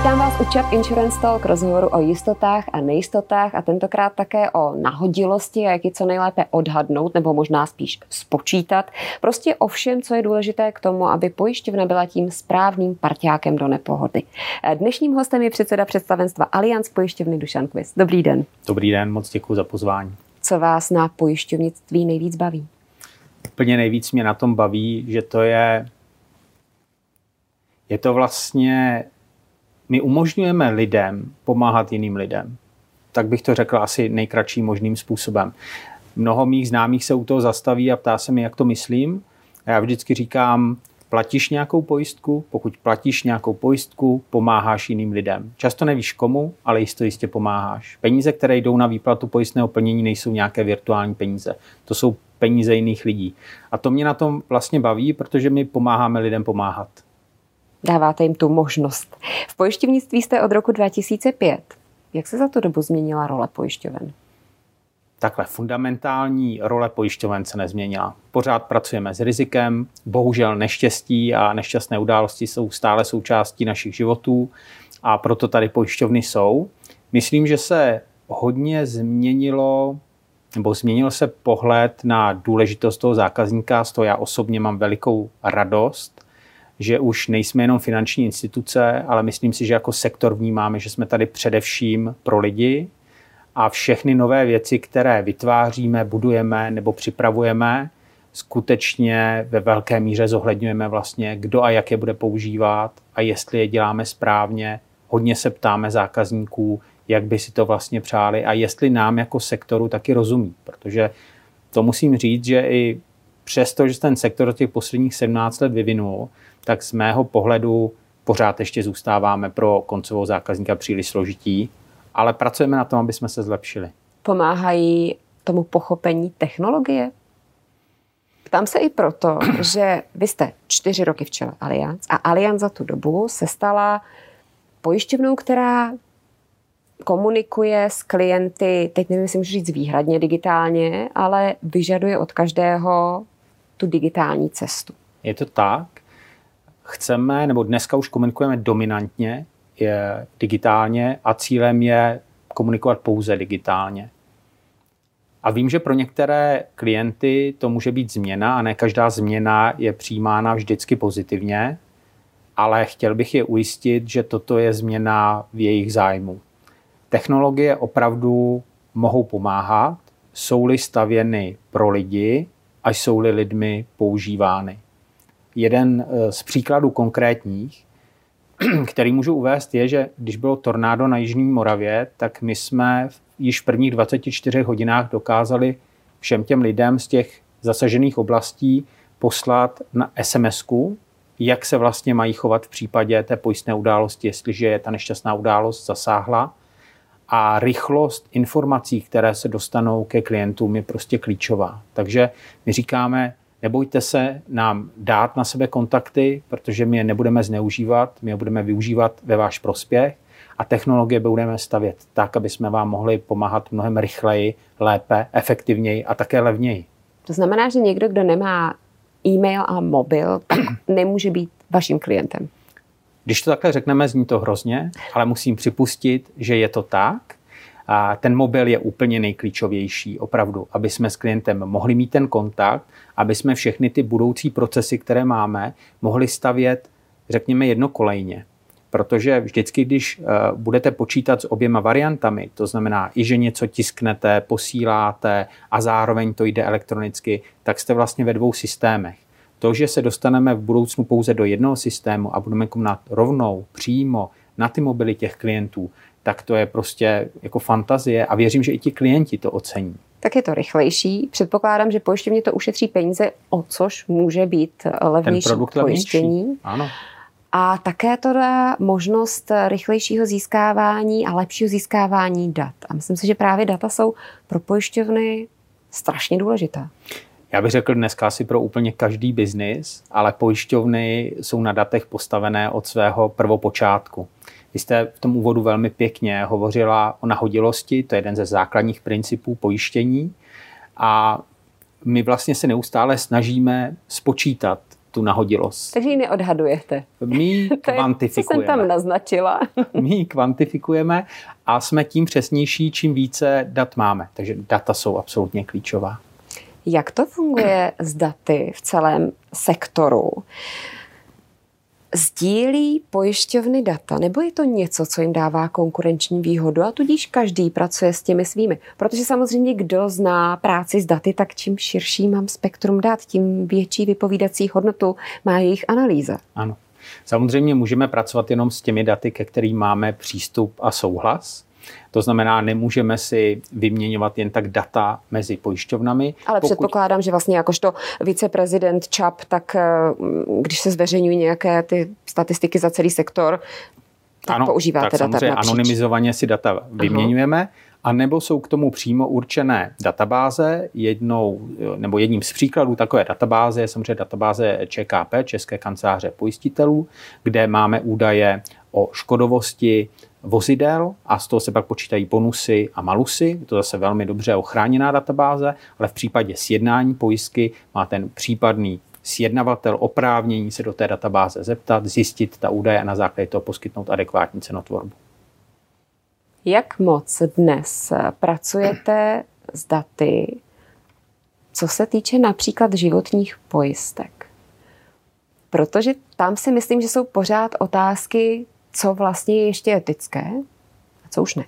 Vítám vás u Chubb Insurance Talk, rozhovoru o jistotách a nejistotách a tentokrát také o nahodilosti a jak ji co nejlépe odhadnout nebo možná spíš spočítat. Prostě o všem, co je důležité k tomu, aby pojišťovna byla tím správným parťákem do nepohody. Dnešním hostem je předseda představenstva Allianz pojišťovny Dušan Quist. Dobrý den. Dobrý den, moc děkuji za pozvání. Co vás na pojišťovnictví nejvíc baví? Úplně nejvíc mě na tom baví, že to je to vlastně, my umožňujeme lidem pomáhat jiným lidem. Tak bych to řekl asi nejkratším možným způsobem. Mnoho mých známých se u toho zastaví a ptá se mi, jak to myslím. A já vždycky říkám, platíš nějakou pojistku? Pokud platíš nějakou pojistku, pomáháš jiným lidem. Často nevíš komu, ale jistě pomáháš. Peníze, které jdou na výplatu pojistného plnění, nejsou nějaké virtuální peníze. To jsou peníze jiných lidí. A to mě na tom vlastně baví, protože my pomáháme lidem pomáhat. Dáváte jim tu možnost. V pojišťovnictví jste od roku 2005. Jak se za tu dobu změnila role pojišťoven? Takhle fundamentální role pojišťoven se nezměnila. Pořád pracujeme s rizikem, bohužel neštěstí a nešťastné události jsou stále součástí našich životů a proto tady pojišťovny jsou. Myslím, že se hodně změnil se pohled na důležitost toho zákazníka, z toho já osobně mám velikou radost, že už nejsme jenom finanční instituce, ale myslím si, že jako sektor vnímáme, že jsme tady především pro lidi a všechny nové věci, které vytváříme, budujeme nebo připravujeme, skutečně ve velké míře zohledňujeme vlastně, kdo a jak je bude používat a jestli je děláme správně. Hodně se ptáme zákazníků, jak by si to vlastně přáli a jestli nám jako sektoru taky rozumí, protože to musím říct, že i přesto, že ten sektor těch posledních 17 let vyvinul, tak z mého pohledu pořád ještě zůstáváme pro koncového zákazníka příliš složití, ale pracujeme na tom, aby jsme se zlepšili. Pomáhají tomu pochopení technologie? Ptám se i proto, že vy jste 4 roky v čele Allianz a Allianz za tu dobu se stala pojišťovnou, která komunikuje s klienty, teď nevím, jestli můžu říct výhradně digitálně, ale vyžaduje od každého tu digitální cestu. Je to tak. Chceme, nebo dneska už komunikujeme dominantně digitálně a cílem je komunikovat pouze digitálně. A vím, že pro některé klienty to může být změna a ne každá změna je přijímána vždycky pozitivně, ale chtěl bych je ujistit, že toto je změna v jejich zájmu. Technologie opravdu mohou pomáhat, jsou-li stavěny pro lidi a jsou-li lidmi používány. Jeden z příkladů konkrétních, který můžu uvést, je, že když bylo tornádo na Jižní Moravě, tak my jsme již v prvních 24 hodinách dokázali všem těm lidem z těch zasažených oblastí poslat na SMS-ku, jak se vlastně mají chovat v případě té pojistné události, jestliže je ta nešťastná událost zasáhla. A rychlost informací, které se dostanou ke klientům, je prostě klíčová. Takže my říkáme, nebojte se nám dát na sebe kontakty, protože my je nebudeme zneužívat, my je budeme využívat ve váš prospěch a technologie budeme stavět tak, aby jsme vám mohli pomáhat mnohem rychleji, lépe, efektivněji a také levněji. To znamená, že někdo, kdo nemá e-mail a mobil, tak nemůže být vaším klientem. Když to takhle řekneme, zní to hrozně, ale musím připustit, že je to tak. A ten mobil je úplně nejklíčovější, opravdu, aby jsme s klientem mohli mít ten kontakt, aby jsme všechny ty budoucí procesy, které máme, mohli stavět, řekněme, jednokolejně. Protože vždycky, když budete počítat s oběma variantami, to znamená i, že něco tisknete, posíláte a zároveň to jde elektronicky, tak jste vlastně ve 2 systémech. To, že se dostaneme v budoucnu pouze do jednoho systému a budeme komunikovat rovnou, přímo na ty mobily těch klientů, tak to je prostě jako fantazie a věřím, že i ti klienti to ocení. Tak je to rychlejší. Předpokládám, že pojišťovně to ušetří peníze, o což může být levnější pojištění. Ano. A také to dá možnost rychlejšího získávání a lepšího získávání dat. A myslím si, že právě data jsou pro pojišťovny strašně důležitá. Já bych řekl dneska asi pro úplně každý biznis, ale pojišťovny jsou na datech postavené od svého prvopočátku. Vy jste v tom úvodu velmi pěkně hovořila o nahodilosti, to je jeden ze základních principů pojištění a my vlastně se neustále snažíme spočítat, tu nahodilost. Takže ji neodhadujete. My ji kvantifikujeme. Co jsem tam naznačila. My ji kvantifikujeme a jsme tím přesnější, čím více dat máme. Takže data jsou absolutně klíčová. Jak to funguje s daty v celém sektoru? Sdílí pojišťovny data, nebo je to něco, co jim dává konkurenční výhodu a tudíž každý pracuje s těmi svými? Protože samozřejmě, kdo zná práci s daty, tak čím širší mám spektrum dat, tím větší vypovídací hodnotu má jejich analýza. Ano. Samozřejmě můžeme pracovat jenom s těmi daty, ke kterým máme přístup a souhlas. To znamená, nemůžeme si vyměňovat jen tak data mezi pojišťovnami. Ale předpokládám, že vlastně jakožto viceprezident ČAP, tak když se zveřejňují nějaké ty statistiky za celý sektor, tak ano, používáte tak data napříč. Samozřejmě anonymizovaně si data vyměňujeme, a nebo jsou k tomu přímo určené databáze. Jedním z příkladů takové databáze je samozřejmě databáze ČKP, České kanceláře pojistitelů, kde máme údaje o škodovosti vozidel a z toho se pak počítají bonusy a malusy. Je to zase velmi dobře ochráněná databáze, ale v případě sjednání pojistky má ten případný sjednavatel oprávnění se do té databáze zeptat, zjistit ta údaje a na základě toho poskytnout adekvátní cenotvorbu. Jak moc dnes pracujete s daty, co se týče například životních pojistek? Protože tam si myslím, že jsou pořád otázky, co vlastně je ještě etické a co už ne.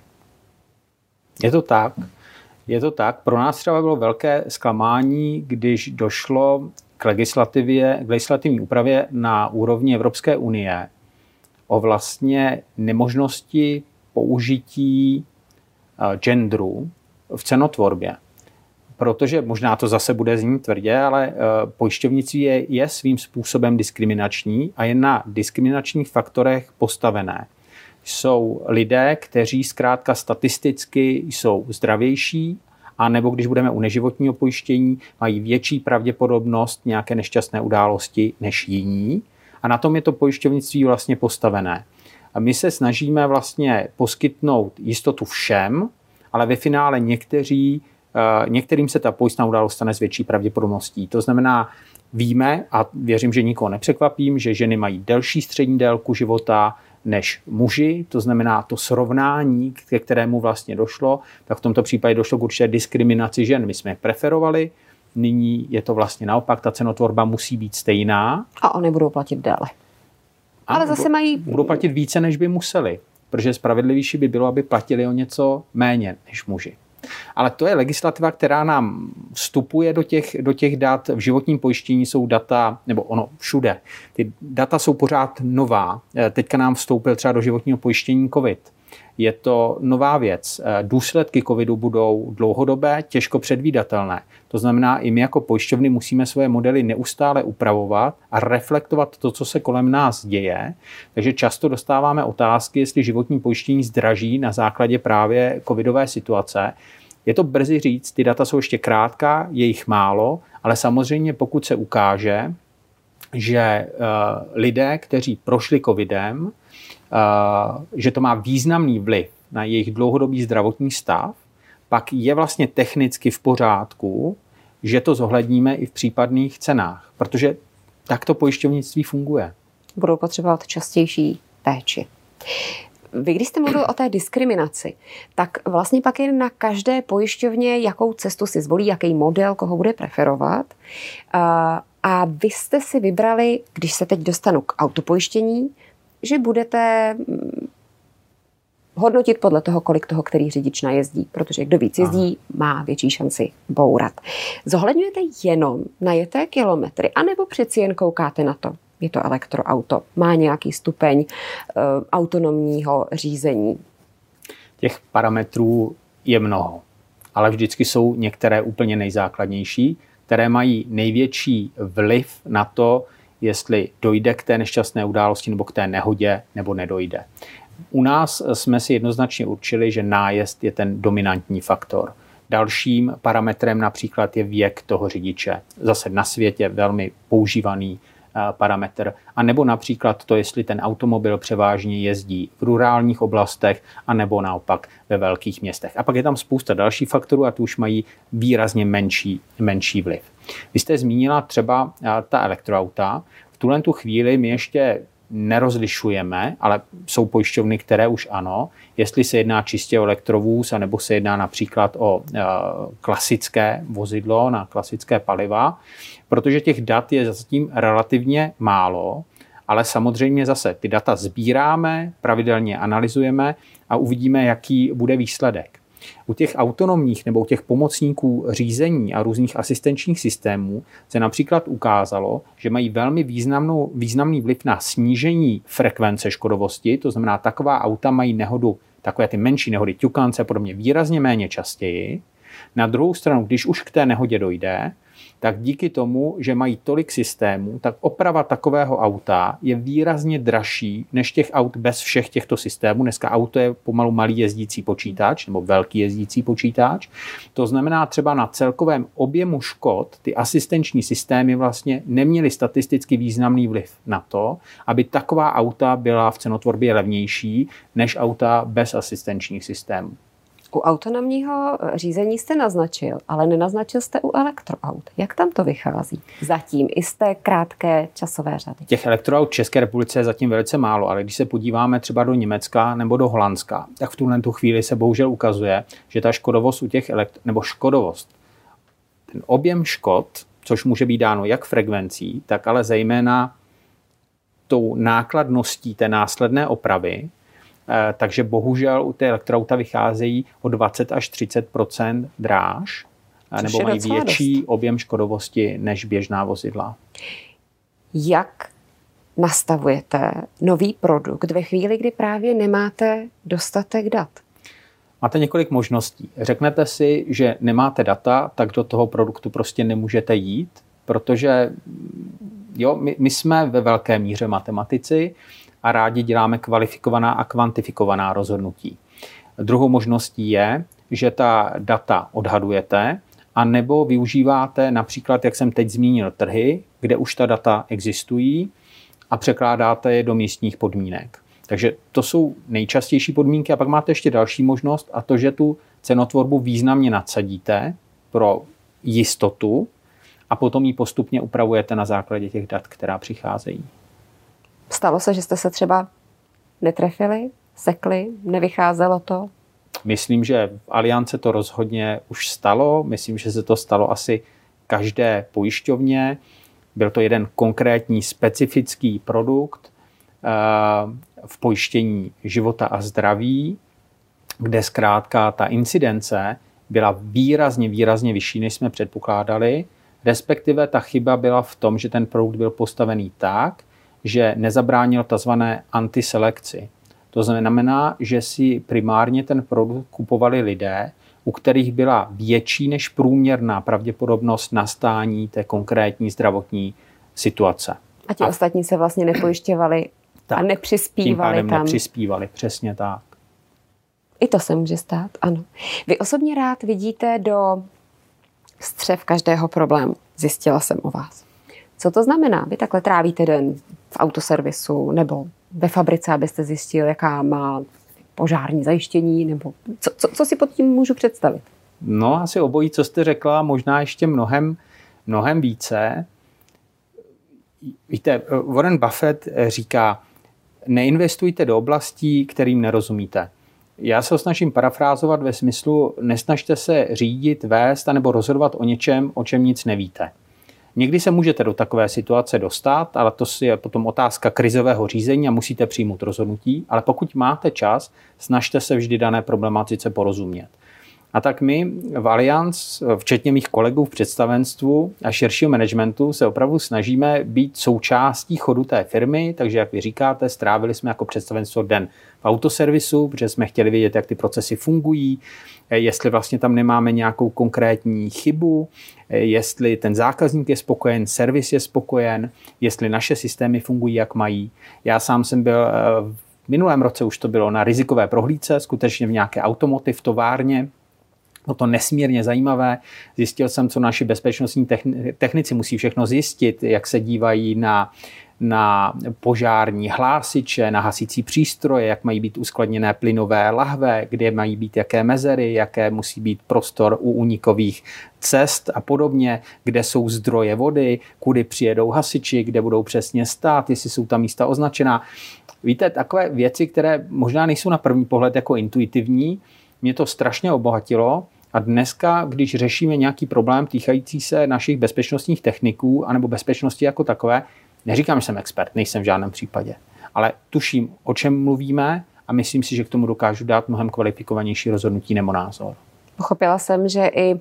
Je to tak. Pro nás třeba bylo velké zklamání, když došlo k legislativní úpravě na úrovni Evropské unie o vlastně nemožnosti použití genderu v cenotvorbě. Protože možná to zase bude znít tvrdě, ale pojišťovnictví je svým způsobem diskriminační a je na diskriminačních faktorech postavené. Jsou lidé, kteří zkrátka statisticky jsou zdravější, a nebo když budeme u neživotního pojištění, mají větší pravděpodobnost nějaké nešťastné události než jiní. A na tom je to pojišťovnictví vlastně postavené. A my se snažíme vlastně poskytnout jistotu všem, ale ve finále některým se ta pojistná událost stane s větší pravděpodobností. To znamená, víme, a věřím, že nikoho nepřekvapím, že ženy mají delší střední délku života než muži, to znamená to srovnání, ke kterému vlastně došlo, tak v tomto případě došlo k určité diskriminaci žen. My jsme je preferovali, nyní je to vlastně naopak, ta cenotvorba musí být stejná. A oni budou platit déle. Ale zase budou platit více, než by museli, protože spravedlivější by bylo, aby platili o něco méně než muži. Ale to je legislativa, která nám vstupuje do těch dat. V životním pojištění jsou data, nebo ono všude. Ty data jsou pořád nová. Teďka nám vstoupil třeba do životního pojištění COVID. Je to nová věc. Důsledky covidu budou dlouhodobé, těžko předvídatelné. To znamená, i my jako pojišťovny musíme svoje modely neustále upravovat a reflektovat to, co se kolem nás děje. Takže často dostáváme otázky, jestli životní pojištění zdraží na základě právě covidové situace. Je to brzy říct, ty data jsou ještě krátká, je jich málo, ale samozřejmě pokud se ukáže, že lidé, kteří prošli covidem, že to má významný vliv na jejich dlouhodobý zdravotní stav, pak je vlastně technicky v pořádku, že to zohledníme i v případných cenách, protože takto pojišťovnictví funguje. Budou potřebovat častější péči. Vy, když jste mluvil o té diskriminaci, tak vlastně pak je na každé pojišťovně, jakou cestu si zvolí, jaký model, koho bude preferovat. A vy jste si vybrali, když se teď dostanu k autopojištění, že budete hodnotit podle toho, kolik toho, který řidič najezdí, protože kdo víc jezdí, má větší šanci bourat. Zohledňujete jenom najeté kilometry, anebo přeci jen koukáte na to? Je to elektroauto, má nějaký stupeň autonomního řízení. Těch parametrů je mnoho, ale vždycky jsou některé úplně nejzákladnější, které mají největší vliv na to, jestli dojde k té nešťastné události nebo k té nehodě, nebo nedojde. U nás jsme si jednoznačně určili, že nájezd je ten dominantní faktor. Dalším parametrem například je věk toho řidiče. Zase na světě velmi používaný parametr. A nebo například to, jestli ten automobil převážně jezdí v rurálních oblastech, anebo naopak ve velkých městech. A pak je tam spousta dalších faktorů a ty už mají výrazně menší vliv. Vy jste zmínila třeba ta elektroauta. V tuhle tu chvíli my ještě nerozlišujeme, ale jsou pojišťovny, které už ano, jestli se jedná čistě o elektrovůz, anebo se jedná například o klasické vozidlo na klasické paliva, protože těch dat je zatím relativně málo, ale samozřejmě zase ty data sbíráme, pravidelně analyzujeme a uvidíme, jaký bude výsledek. U těch autonomních nebo u těch pomocníků řízení a různých asistenčních systémů se například ukázalo, že mají velmi významný vliv na snížení frekvence škodovosti, to znamená, taková auta mají nehodu, takové ty menší nehody, ťukance a podobně výrazně méně častěji. Na druhou stranu, když už k té nehodě dojde, tak díky tomu, že mají tolik systémů, tak oprava takového auta je výrazně dražší než těch aut bez všech těchto systémů. Dneska auto je pomalu malý jezdící počítač nebo velký jezdící počítač. To znamená, třeba na celkovém objemu škod ty asistenční systémy vlastně neměly statisticky významný vliv na to, aby taková auta byla v cenotvorbě levnější než auta bez asistenčních systémů. U autonomního řízení jste naznačil, ale nenaznačil jste u elektroaut. Jak tam to vychází? Zatím i z té krátké časové řady. Těch elektroaut v České republice je zatím velice málo, ale když se podíváme třeba do Německa nebo do Holandska, tak v tuhle chvíli se bohužel ukazuje, že ta škodovost u těch škodovost, ten objem škod, což může být dáno jak frekvencí, tak ale zejména tou nákladností té následné opravy. Takže bohužel u té elektroauta vycházejí o 20 až 30% dráž, nebo mají větší objem škodovosti než běžná vozidla. Jak nastavujete nový produkt ve chvíli, kdy právě nemáte dostatek dat? Máte několik možností. Řeknete si, že nemáte data, tak do toho produktu prostě nemůžete jít, protože my jsme ve velké míře matematici, a rádi děláme kvalifikovaná a kvantifikovaná rozhodnutí. Druhou možností je, že ta data odhadujete, a nebo využíváte například, jak jsem teď zmínil, trhy, kde už ta data existují a překládáte je do místních podmínek. Takže to jsou nejčastější podmínky a pak máte ještě další možnost a to, že tu cenotvorbu významně nadsadíte pro jistotu a potom ji postupně upravujete na základě těch dat, která přicházejí. Stalo se, že jste se třeba netrefili, sekli, nevycházelo to? Myslím, že v Allianz to rozhodně už stalo. Myslím, že se to stalo asi každé pojišťovně. Byl to jeden konkrétní specifický produkt v pojištění života a zdraví, kde zkrátka ta incidence byla výrazně vyšší, než jsme předpokládali. Respektive ta chyba byla v tom, že ten produkt byl postavený tak, že nezabránil takzvané antiselekci. To znamená, že si primárně ten produkt kupovali lidé, u kterých byla větší než průměrná pravděpodobnost nastání té konkrétní zdravotní situace. A ti ostatní se vlastně nepojišťovali a nepřispívali tím pádem tam. Nepřispívali, přesně tak. I to se může stát, ano. Vy osobně rád vidíte do střev každého problému. Zjistila jsem o vás. Co to znamená? Vy takhle trávíte den v autoservisu nebo ve fabrice, abyste zjistil, jaká má požární zajištění, nebo co si pod tím můžu představit? No, asi obojí, co jste řekla, možná ještě mnohem více. Víte, Warren Buffett říká, neinvestujte do oblastí, kterým nerozumíte. Já se ho snažím parafrázovat ve smyslu, nesnažte se řídit, vést nebo rozhodovat o něčem, o čem nic nevíte. Někdy se můžete do takové situace dostat, ale to je potom otázka krizového řízení a musíte přijmout rozhodnutí, ale pokud máte čas, snažte se vždy dané problematice porozumět. A tak my v Allianz, včetně mých kolegů v představenstvu a širšího managementu, se opravdu snažíme být součástí chodu té firmy, takže jak vy říkáte, strávili jsme jako představenstvo den v autoservisu, protože jsme chtěli vědět, jak ty procesy fungují, jestli vlastně tam nemáme nějakou konkrétní chybu, jestli ten zákazník je spokojen, servis je spokojen, jestli naše systémy fungují, jak mají. Já sám jsem byl v minulém roce, už to bylo na rizikové prohlídce, skutečně v nějaké automotiv továrně, Bylo to nesmírně zajímavé. Zjistil jsem, co naši bezpečnostní technici musí všechno zjistit, jak se dívají na požární hlásiče, na hasicí přístroje, jak mají být uskladněné plynové lahve, kde mají být jaké mezery, jaké musí být prostor u únikových cest a podobně, kde jsou zdroje vody, kudy přijedou hasiči, kde budou přesně stát, jestli jsou tam místa označená. Víte, takové věci, které možná nejsou na první pohled jako intuitivní, mě to strašně obohatilo. A dneska, když řešíme nějaký problém týkající se našich bezpečnostních techniků anebo bezpečnosti jako takové, neříkám, že jsem expert, nejsem v žádném případě, ale tuším, o čem mluvíme a myslím si, že k tomu dokážu dát mnohem kvalifikovanější rozhodnutí nebo názor. Pochopila jsem, že i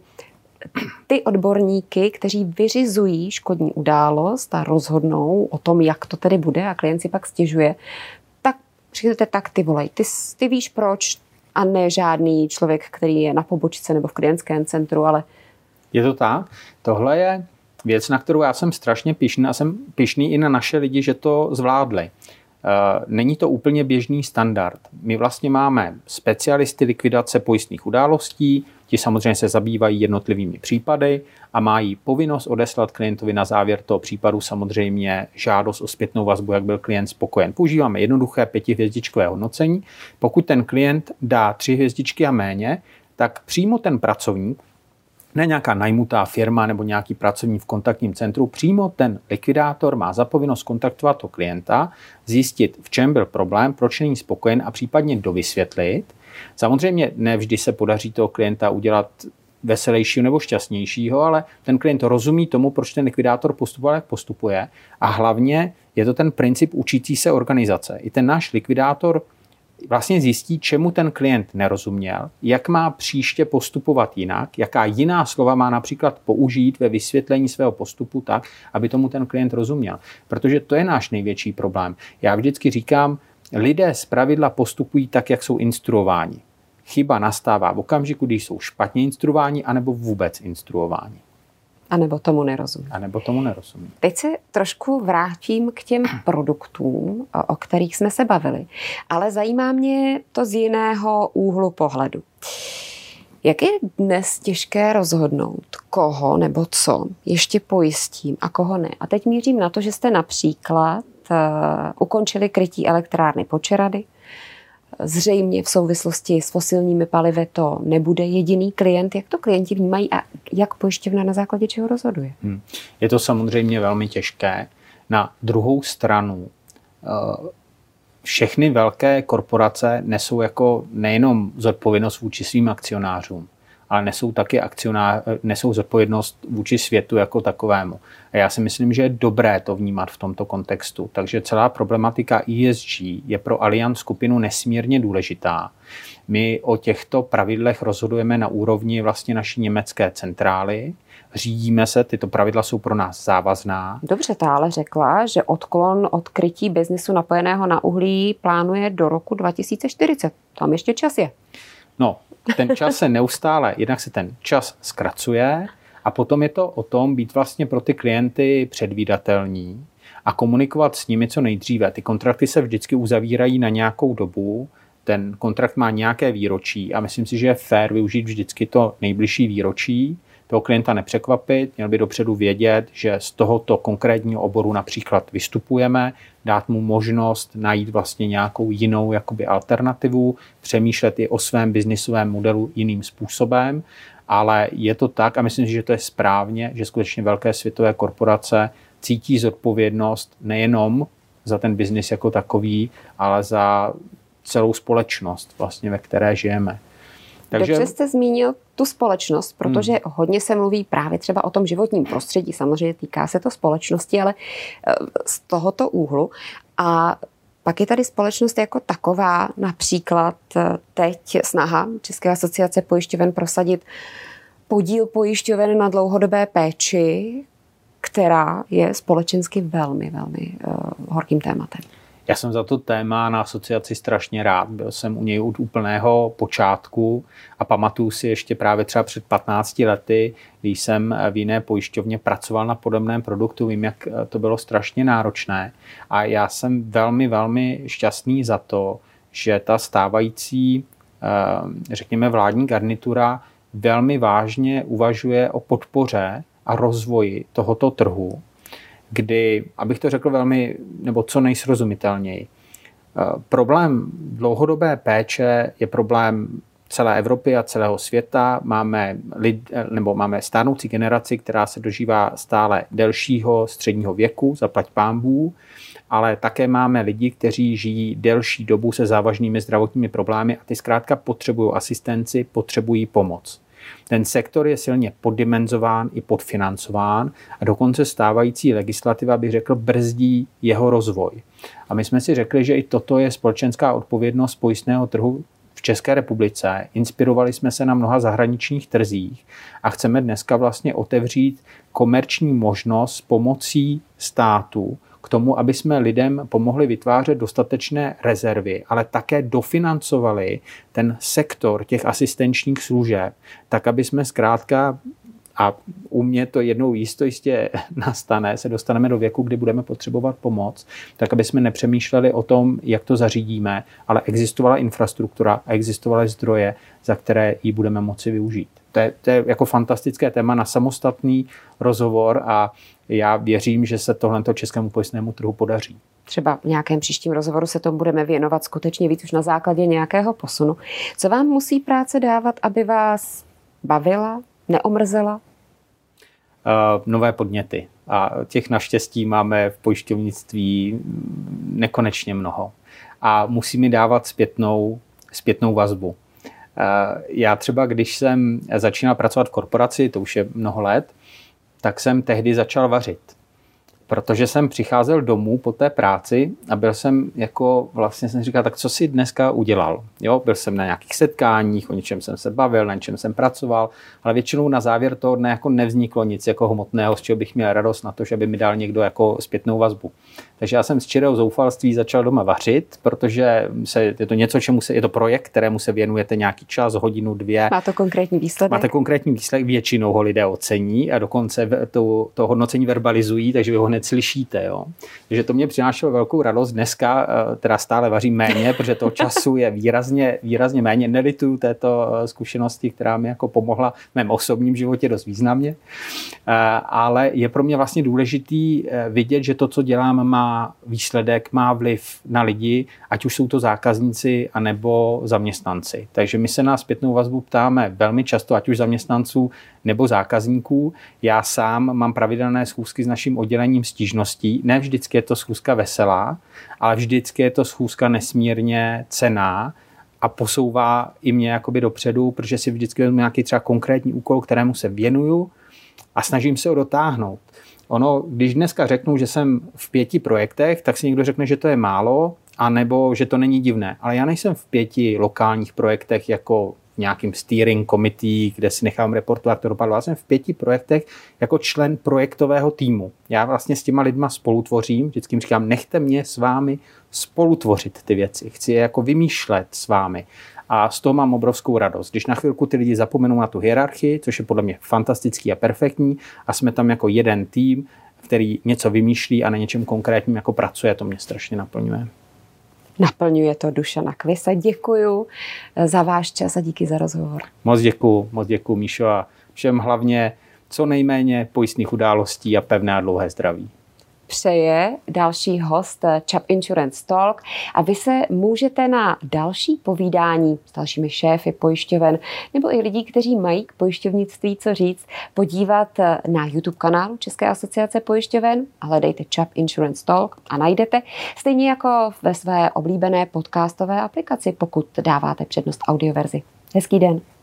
ty odborníky, kteří vyřizují škodní událost a rozhodnou o tom, jak to tedy bude a klient si pak stěžuje, tak přijdete tak, ty volej, ty víš proč, a ne žádný člověk, který je na pobočce nebo v klientském centru, ale... Je to tak? Tohle je věc, na kterou já jsem strašně pyšný a jsem pyšný i na naše lidi, že to zvládli. Není to úplně běžný standard. My vlastně máme specialisty likvidace pojistných událostí, ti samozřejmě se zabývají jednotlivými případy a mají povinnost odeslat klientovi na závěr toho případu samozřejmě žádost o zpětnou vazbu, jak byl klient spokojen. Používáme jednoduché 5hvězdičkové hodnocení. Pokud ten klient dá 3 hvězdičky a méně, tak přímo ten pracovník, ne nějaká najmutá firma nebo nějaký pracovník v kontaktním centru, přímo ten likvidátor má za povinnost kontaktovat toho klienta, zjistit, v čem byl problém, proč není spokojen a případně dovysvětlit. Samozřejmě ne vždy se podaří toho klienta udělat veselějšího nebo šťastnějšího, ale ten klient rozumí tomu, proč ten likvidátor postupuje, jak postupuje. A hlavně je to ten princip učící se organizace. I ten náš likvidátor vlastně zjistí, čemu ten klient nerozuměl, jak má příště postupovat jinak, jaká jiná slova má například použít ve vysvětlení svého postupu tak, aby tomu ten klient rozuměl. Protože to je náš největší problém. Já vždycky říkám, lidé zpravidla postupují tak, jak jsou instruováni. Chyba nastává v okamžiku, když jsou špatně instruováni, anebo vůbec instruováni. A nebo tomu nerozumí. Teď se trošku vrátím k těm produktům, o kterých jsme se bavili. Ale zajímá mě to z jiného úhlu pohledu. Jak je dnes těžké rozhodnout, koho nebo co ještě pojistím a koho ne? A teď mířím na to, že jste například ukončili krytí elektrárny Počerady. Zřejmě v souvislosti s fosilními palivy to nebude jediný klient. Jak to klienti vnímají a jak pojišťovna na základě čeho rozhoduje? Je to samozřejmě velmi těžké. Na druhou stranu všechny velké korporace nesou jako nejenom zodpovědnost vůči svým akcionářům, ale nesou zodpovědnost vůči světu jako takovému. A já si myslím, že je dobré to vnímat v tomto kontextu. Takže celá problematika ESG je pro Allianz skupinu nesmírně důležitá. My o těchto pravidlech rozhodujeme na úrovni vlastně naší německé centrály. Řídíme se, tyto pravidla jsou pro nás závazná. Dobře, ta ale řekla, že odklon od krytí biznesu napojeného na uhlí plánuje do roku 2040. Tam ještě čas je. No, ten čas se neustále, jednak se ten čas zkracuje a potom je to o tom být vlastně pro ty klienty předvídatelní a komunikovat s nimi co nejdříve. Ty kontrakty se vždycky uzavírají na nějakou dobu, ten kontrakt má nějaké výročí a myslím si, že je fér využít vždycky to nejbližší výročí, toho klienta nepřekvapit, měl by dopředu vědět, že z tohoto konkrétního oboru například vystupujeme, dát mu možnost najít vlastně nějakou jinou jakoby alternativu, přemýšlet i o svém biznisovém modelu jiným způsobem, ale je to tak a myslím si, že to je správně, že skutečně velké světové korporace cítí zodpovědnost nejenom za ten biznis jako takový, ale za celou společnost, vlastně, ve které žijeme. Takže dobře jste zmínil tu společnost, protože hodně se mluví právě třeba o tom životním prostředí, samozřejmě týká se to společnosti, ale z tohoto úhlu. A pak je tady společnost jako taková, například teď snaha České asociace pojišťoven prosadit podíl pojišťoven na dlouhodobé péči, která je společensky velmi, velmi horkým tématem. Já jsem za to téma na asociaci strašně rád. Byl jsem u něj od úplného počátku a pamatuju si ještě právě třeba před 15 lety, když jsem v jiné pojišťovně pracoval na podobném produktu. Vím, jak to bylo strašně náročné a já jsem velmi, velmi šťastný za to, že ta stávající, řekněme, vládní garnitura velmi vážně uvažuje o podpoře a rozvoji tohoto trhu, kdy, abych to řekl velmi, nebo co nejsrozumitelněji, problém dlouhodobé péče je problém celé Evropy a celého světa. Máme stárnoucí generaci, která se dožívá stále delšího středního věku, zaplať pánbů, ale také máme lidi, kteří žijí delší dobu se závažnými zdravotními problémy a ty zkrátka potřebují asistenci, potřebují pomoc. Ten sektor je silně poddimenzován i podfinancován a dokonce stávající legislativa, bych řekl, brzdí jeho rozvoj. A my jsme si řekli, že i toto je společenská odpovědnost pojistného trhu v České republice. Inspirovali jsme se na mnoha zahraničních trzích a chceme dneska vlastně otevřít komerční možnost pomocí státu k tomu, aby jsme lidem pomohli vytvářet dostatečné rezervy, ale také dofinancovali ten sektor těch asistenčních služeb, tak aby jsme zkrátka, a u mě to jednou jistě nastane, se dostaneme do věku, kdy budeme potřebovat pomoc, tak aby jsme nepřemýšleli o tom, jak to zařídíme, ale existovala infrastruktura a existovaly zdroje, za které ji budeme moci využít. To je jako fantastické téma na samostatný rozhovor a já věřím, že se tohleto českému pojistnému trhu podaří. Třeba v nějakém příštím rozhovoru se tomu budeme věnovat skutečně víc už na základě nějakého posunu. Co vám musí práce dávat, aby vás bavila, neomrzela? Nové podněty. A těch naštěstí máme v pojišťovnictví nekonečně mnoho. A musí mi dávat zpětnou vazbu. Já třeba, když jsem začínal pracovat v korporaci, to už je mnoho let, tak jsem tehdy začal vařit. Protože jsem přicházel domů po té práci a byl jsem vlastně jsem říkal, tak co si dneska udělal? Jo, byl jsem na nějakých setkáních, o něčem jsem se bavil, na něčem jsem pracoval, ale většinou na závěr toho dne nevzniklo nic hmotného, z čeho bych měl radost na to, že by mi dal někdo zpětnou vazbu. Takže já jsem z čirého zoufalství začal doma vařit, protože je to něco, je to projekt, kterému se věnujete nějaký čas, hodinu, 2. Má to konkrétní výsledek? Máte konkrétní výsledek, většinou ho lidé ocení a dokonce to hodnocení verbalizují, takže vy ho hned slyšíte. Jo? Takže to mě přinášelo velkou radost. Dneska teda stále vařím méně, protože toho času je výrazně méně. Nelituju této zkušenosti, která mi pomohla v mém osobním životě dost významně. Ale je pro mě vlastně důležitý vidět, že to, co dělám, má výsledek, má vliv na lidi, ať už jsou to zákazníci anebo zaměstnanci. Takže my se na zpětnou vazbu ptáme velmi často, ať už zaměstnanců nebo zákazníků. Já sám mám pravidelné schůzky s naším oddělením stížností. Ne vždycky je to schůzka veselá, ale vždycky je to schůzka nesmírně cenná a posouvá i mě dopředu, protože si vždycky vezmu nějaký třeba konkrétní úkol, kterému se věnuju a snažím se ho dotáhnout. Když dneska řeknu, že jsem v 5 projektech, tak si někdo řekne, že to je málo, anebo že to není divné. Ale já nejsem v 5 lokálních projektech jako v nějakým steering committee, kde si nechám reportovat, to dopadlo. Já jsem v 5 projektech jako člen projektového týmu. Já vlastně s těma lidma spolutvořím, vždycky jim říkám, nechte mě s vámi spolutvořit ty věci. Chci je vymýšlet s vámi. A z toho mám obrovskou radost. Když na chvilku ty lidi zapomenou na tu hierarchii, což je podle mě fantastický a perfektní, a jsme tam jako jeden tým, který něco vymýšlí a na něčem konkrétním pracuje, to mě strašně naplňuje. Naplňuje to Dušana Kvise. Děkuju za váš čas a díky za rozhovor. Moc děkuju, Míšo, a všem hlavně co nejméně pojistných událostí a pevné a dlouhé zdraví. Přeje další host Chubb Insurance Talk a vy se můžete na další povídání s dalšími šéfy pojišťoven nebo i lidí, kteří mají k pojišťovnictví co říct, podívat na YouTube kanálu České asociace pojišťoven a hledejte Chubb Insurance Talk a najdete, stejně jako ve své oblíbené podcastové aplikaci, pokud dáváte přednost audioverzi. Hezký den.